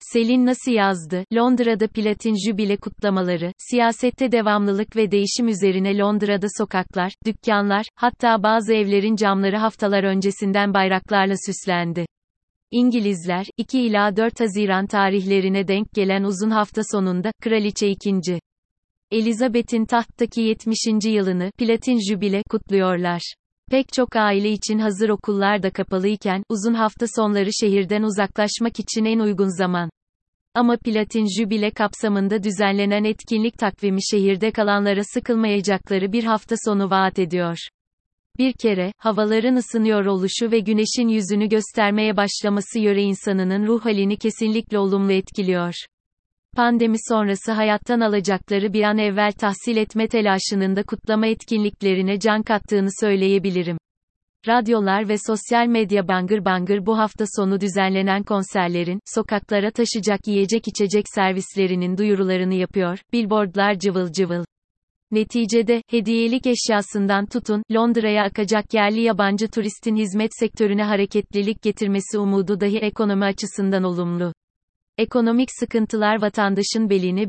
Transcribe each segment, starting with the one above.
Selin nasıl yazdı? Londra'da platin jübile kutlamaları, siyasette devamlılık ve değişim üzerine Londra'da sokaklar, dükkanlar, hatta bazı evlerin camları haftalar öncesinden bayraklarla süslendi. İngilizler, 2 ila 4 Haziran tarihlerine denk gelen uzun hafta sonunda, Kraliçe II. Elizabeth'in tahttaki 70. yılını, platin jübile, kutluyorlar. Pek çok aile için hazır okullar da kapalıyken, uzun hafta sonları şehirden uzaklaşmak için en uygun zaman. Ama platin jübile kapsamında düzenlenen etkinlik takvimi şehirde kalanlara sıkılmayacakları bir hafta sonu vaat ediyor. Bir kere, havaların ısınıyor oluşu ve güneşin yüzünü göstermeye başlaması yöre insanının ruh halini kesinlikle olumlu etkiliyor. Pandemi sonrası hayattan alacakları bir an evvel tahsil etme telaşının da kutlama etkinliklerine can kattığını söyleyebilirim. Radyolar ve sosyal medya bangır bangır bu hafta sonu düzenlenen konserlerin, sokaklara taşacak yiyecek içecek servislerinin duyurularını yapıyor, billboardlar cıvıl cıvıl. Neticede, hediyelik eşyasından tutun, Londra'ya akacak yerli yabancı turistin hizmet sektörüne hareketlilik getirmesi umudu dahi ekonomi açısından olumlu. Ekonomik sıkıntılar vatandaşın belini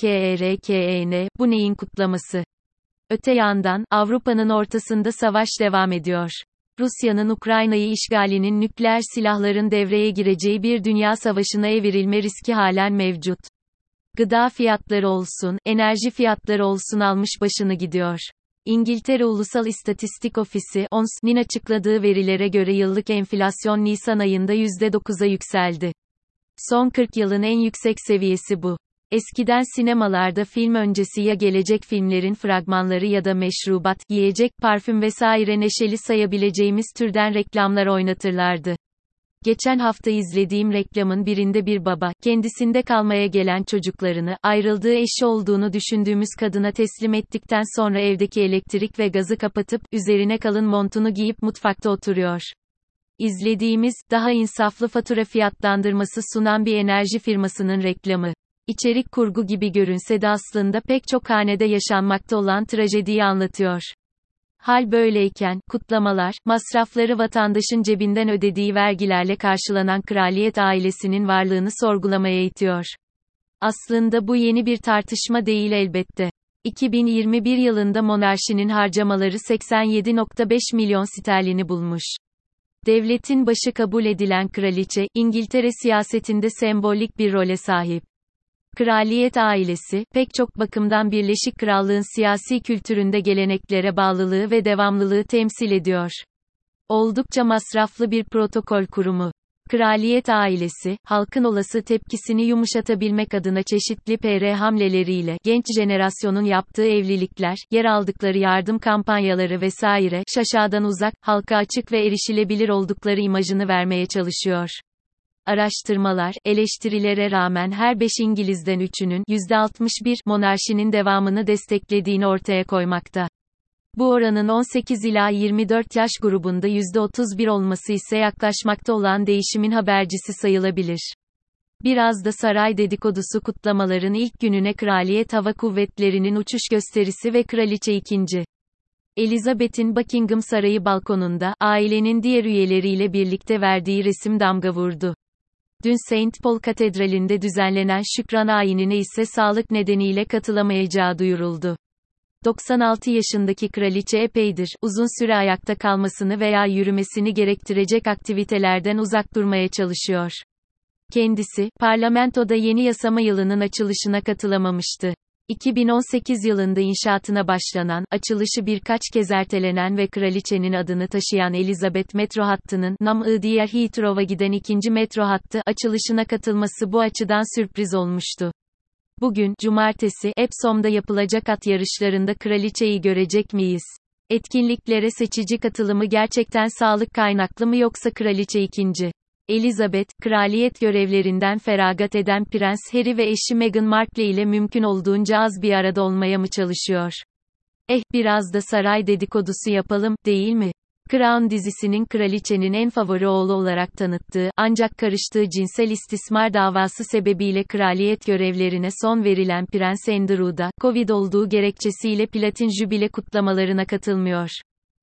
bükerken, bu neyin kutlaması? Öte yandan, Avrupa'nın ortasında savaş devam ediyor. Rusya'nın Ukrayna'yı işgalinin nükleer silahların devreye gireceği bir dünya savaşına evrilme riski halen mevcut. Gıda fiyatları olsun, enerji fiyatları olsun almış başını gidiyor. İngiltere Ulusal İstatistik Ofisi, ONS'nin açıkladığı verilere göre yıllık enflasyon Nisan ayında %9'a yükseldi. Son 40 yılın en yüksek seviyesi bu. Eskiden sinemalarda film öncesi ya gelecek filmlerin fragmanları ya da meşrubat, yiyecek, parfüm vesaire neşeli sayabileceğimiz türden reklamlar oynatırlardı. Geçen hafta izlediğim reklamın birinde bir baba, kendisinde kalmaya gelen çocuklarını, ayrıldığı eşi olduğunu düşündüğümüz kadına teslim ettikten sonra evdeki elektrik ve gazı kapatıp, üzerine kalın montunu giyip mutfakta oturuyor. İzlediğimiz, daha insaflı fatura fiyatlandırması sunan bir enerji firmasının reklamı. İçerik kurgu gibi görünse de aslında pek çok hanede yaşanmakta olan trajediyi anlatıyor. Hal böyleyken, kutlamalar, masrafları vatandaşın cebinden ödediği vergilerle karşılanan kraliyet ailesinin varlığını sorgulamaya itiyor. Aslında bu yeni bir tartışma değil elbette. 2021 yılında monarşinin harcamaları 87,5 milyon sterlini bulmuş. Devletin başı kabul edilen kraliçe, İngiltere siyasetinde sembolik bir role sahip. Kraliyet ailesi, pek çok bakımdan Birleşik Krallığın siyasi kültüründe geleneklere bağlılığı ve devamlılığı temsil ediyor. Oldukça masraflı bir protokol kurumu. Kraliyet ailesi, halkın olası tepkisini yumuşatabilmek adına çeşitli PR hamleleriyle, genç jenerasyonun yaptığı evlilikler, yer aldıkları yardım kampanyaları vesaire, şaşadan uzak, halka açık ve erişilebilir oldukları imajını vermeye çalışıyor. Araştırmalar, eleştirilere rağmen her 5 İngiliz'den 3'ünün, %61, monarşinin devamını desteklediğini ortaya koymakta. Bu oranın 18 ila 24 yaş grubunda %31 olması ise yaklaşmakta olan değişimin habercisi sayılabilir. Biraz da saray dedikodusu kutlamaların ilk gününe Kraliyet Hava Kuvvetleri'nin uçuş gösterisi ve Kraliçe II. Elizabeth'in Buckingham Sarayı balkonunda, ailenin diğer üyeleriyle birlikte verdiği resim damga vurdu. Dün St. Paul Katedrali'nde düzenlenen şükran ayinine ise sağlık nedeniyle katılamayacağı duyuruldu. 96 yaşındaki kraliçe epeydir, uzun süre ayakta kalmasını veya yürümesini gerektirecek aktivitelerden uzak durmaya çalışıyor. Kendisi, parlamentoda yeni yasama yılının açılışına katılamamıştı. 2018 yılında inşaatına başlanan, açılışı birkaç kez ertelenen ve kraliçenin adını taşıyan Elizabeth metro hattının, Nam-ı-Diyer Heathrow'a giden ikinci metro hattı, açılışına katılması bu açıdan sürpriz olmuştu. Bugün, cumartesi, Epsom'da yapılacak at yarışlarında kraliçeyi görecek miyiz? Etkinliklere seçici katılımı gerçekten sağlık kaynaklı mı yoksa Kraliçe II. Elizabeth, kraliyet görevlerinden feragat eden Prens Harry ve eşi Meghan Markle ile mümkün olduğunca az bir arada olmaya mı çalışıyor? Biraz da saray dedikodusu yapalım, değil mi? Crown dizisinin kraliçenin en favori oğlu olarak tanıttığı, ancak karıştığı cinsel istismar davası sebebiyle kraliyet görevlerine son verilen Prens Andrew da, Covid olduğu gerekçesiyle platin jübile kutlamalarına katılmıyor.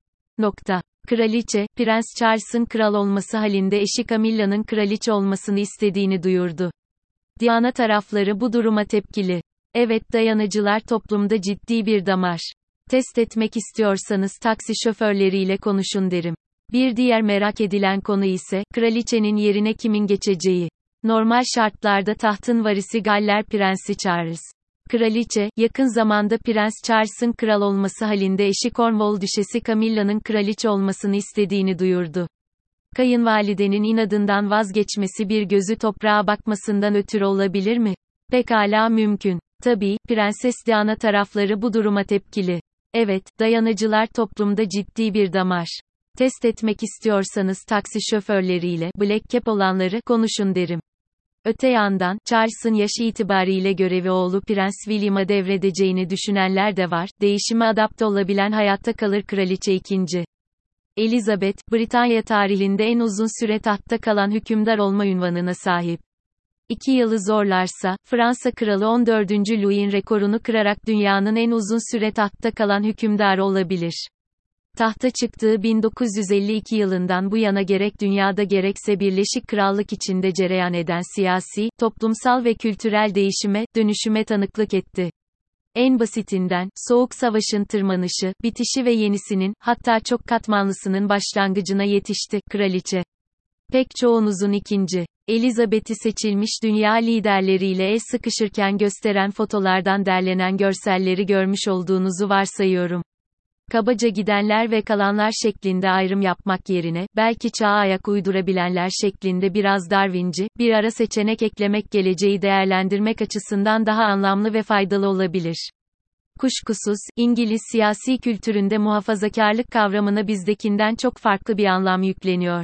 Kraliçe, Prens Charles'ın kral olması halinde eşi Camilla'nın kraliçe olmasını istediğini duyurdu. Diana tarafları bu duruma tepkili. Evet, dayanıcılar toplumda ciddi bir damar. Test etmek istiyorsanız taksi şoförleriyle konuşun derim. Bir diğer merak edilen konu ise, kraliçenin yerine kimin geçeceği. Normal şartlarda tahtın varisi Galler Prensi Charles. Kraliçe, yakın zamanda Prens Charles'ın kral olması halinde eşi Cornwall Düşesi Camilla'nın kraliçe olmasını istediğini duyurdu. Kayınvalidenin inadından vazgeçmesi bir gözü toprağa bakmasından ötürü olabilir mi? Pekâlâ mümkün. Tabii, Prenses Diana tarafları bu duruma tepkili. Evet, dayanıcılar toplumda ciddi bir damar. Test etmek istiyorsanız taksi şoförleriyle, black cap olanları, konuşun derim. Öte yandan, Charles'ın yaşı itibariyle görevi oğlu Prens William'a devredeceğini düşünenler de var. Değişime adapte olabilen hayatta kalır Kraliçe 2. Elizabeth, Britanya tarihinde en uzun süre tahtta kalan hükümdar olma unvanına sahip. 2 yılı zorlarsa, Fransa Kralı 14. Louis'in rekorunu kırarak dünyanın en uzun süre tahtta kalan hükümdarı olabilir. Tahta çıktığı 1952 yılından bu yana gerek dünyada gerekse Birleşik Krallık içinde cereyan eden siyasi, toplumsal ve kültürel değişime, dönüşüme tanıklık etti. En basitinden, Soğuk Savaş'ın tırmanışı, bitişi ve yenisinin, hatta çok katmanlısının başlangıcına yetişti, kraliçe. Pek çoğunuzun 2. Elizabeth'i seçilmiş dünya liderleriyle el sıkışırken gösteren fotolardan derlenen görselleri görmüş olduğunuzu varsayıyorum. Kabaca gidenler ve kalanlar şeklinde ayrım yapmak yerine, belki çağa ayak uydurabilenler şeklinde biraz Darwinci, bir ara seçenek eklemek geleceği değerlendirmek açısından daha anlamlı ve faydalı olabilir. Kuşkusuz, İngiliz siyasi kültüründe muhafazakarlık kavramına bizdekinden çok farklı bir anlam yükleniyor.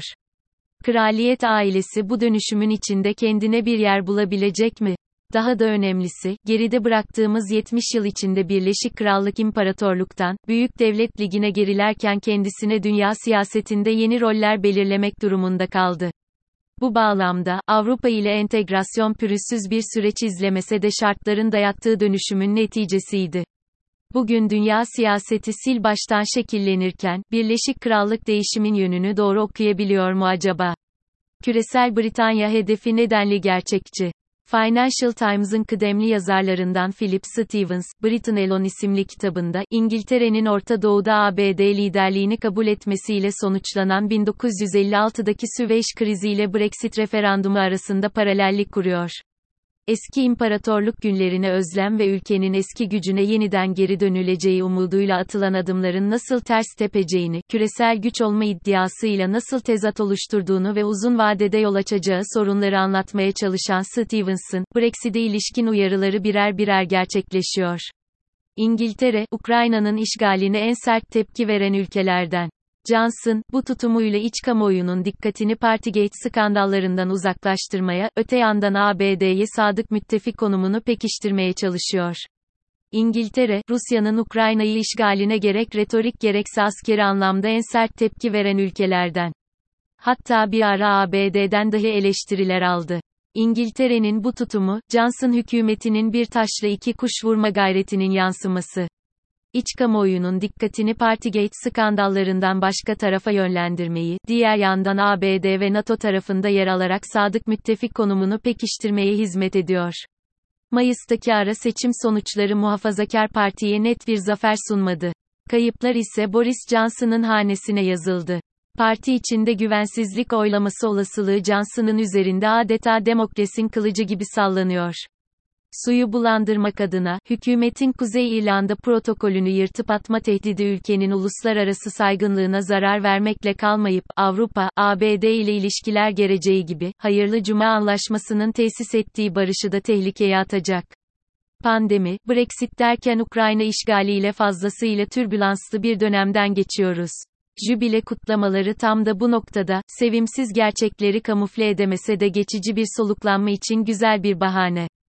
Kraliyet ailesi bu dönüşümün içinde kendine bir yer bulabilecek mi? Daha da önemlisi, geride bıraktığımız 70 yıl içinde Birleşik Krallık İmparatorluk'tan, Büyük Devlet Ligi'ne gerilerken kendisine dünya siyasetinde yeni roller belirlemek durumunda kaldı. Bu bağlamda, Avrupa ile entegrasyon pürüzsüz bir süreç izlemese de şartların dayattığı dönüşümün neticesiydi. Bugün dünya siyaseti sil baştan şekillenirken, Birleşik Krallık değişimin yönünü doğru okuyabiliyor mu acaba? Küresel Britanya hedefi nedenli gerçekçi? Financial Times'ın kıdemli yazarlarından Philip Stevens, Britain Alone isimli kitabında, İngiltere'nin Orta Doğu'da ABD liderliğini kabul etmesiyle sonuçlanan 1956'daki Süveyş krizi ile Brexit referandumu arasında paralellik kuruyor. Eski imparatorluk günlerine özlem ve ülkenin eski gücüne yeniden geri dönüleceği umuduyla atılan adımların nasıl ters tepeceğini, küresel güç olma iddiasıyla nasıl tezat oluşturduğunu ve uzun vadede yol açacağı sorunları anlatmaya çalışan Stevens'ın, Brexit'e ilişkin uyarıları birer birer gerçekleşiyor. İngiltere, Ukrayna'nın işgaline en sert tepki veren ülkelerden. Johnson, bu tutumuyla iç kamuoyunun dikkatini Partygate skandallarından uzaklaştırmaya, öte yandan ABD'ye sadık müttefik konumunu pekiştirmeye çalışıyor. İngiltere, Rusya'nın Ukrayna'yı işgaline gerek retorik gerekse askeri anlamda en sert tepki veren ülkelerden. Hatta bir ara ABD'den dahi eleştiriler aldı. İngiltere'nin bu tutumu, Johnson hükümetinin bir taşla iki kuş vurma gayretinin yansıması. İç kamuoyunun dikkatini Partygate skandallarından başka tarafa yönlendirmeyi, diğer yandan ABD ve NATO tarafında yer alarak sadık müttefik konumunu pekiştirmeye hizmet ediyor. Mayıs'taki ara seçim sonuçları Muhafazakar Parti'ye net bir zafer sunmadı. Kayıplar ise Boris Johnson'ın hanesine yazıldı. Parti içinde güvensizlik oylaması olasılığı Johnson'ın üzerinde adeta Damokles'in kılıcı gibi sallanıyor. Suyu bulandırmak adına, hükümetin Kuzey İrlanda protokolünü yırtıp atma tehdidi ülkenin uluslararası saygınlığına zarar vermekle kalmayıp, Avrupa, ABD ile ilişkiler gereceği gibi, hayırlı Cuma Anlaşması'nın tesis ettiği barışı da tehlikeye atacak. Pandemi, Brexit derken Ukrayna işgaliyle fazlasıyla türbülanslı bir dönemden geçiyoruz. Jübile kutlamaları tam da bu noktada, sevimsiz gerçekleri kamufle edemese de geçici bir soluklanma için güzel bir bahane.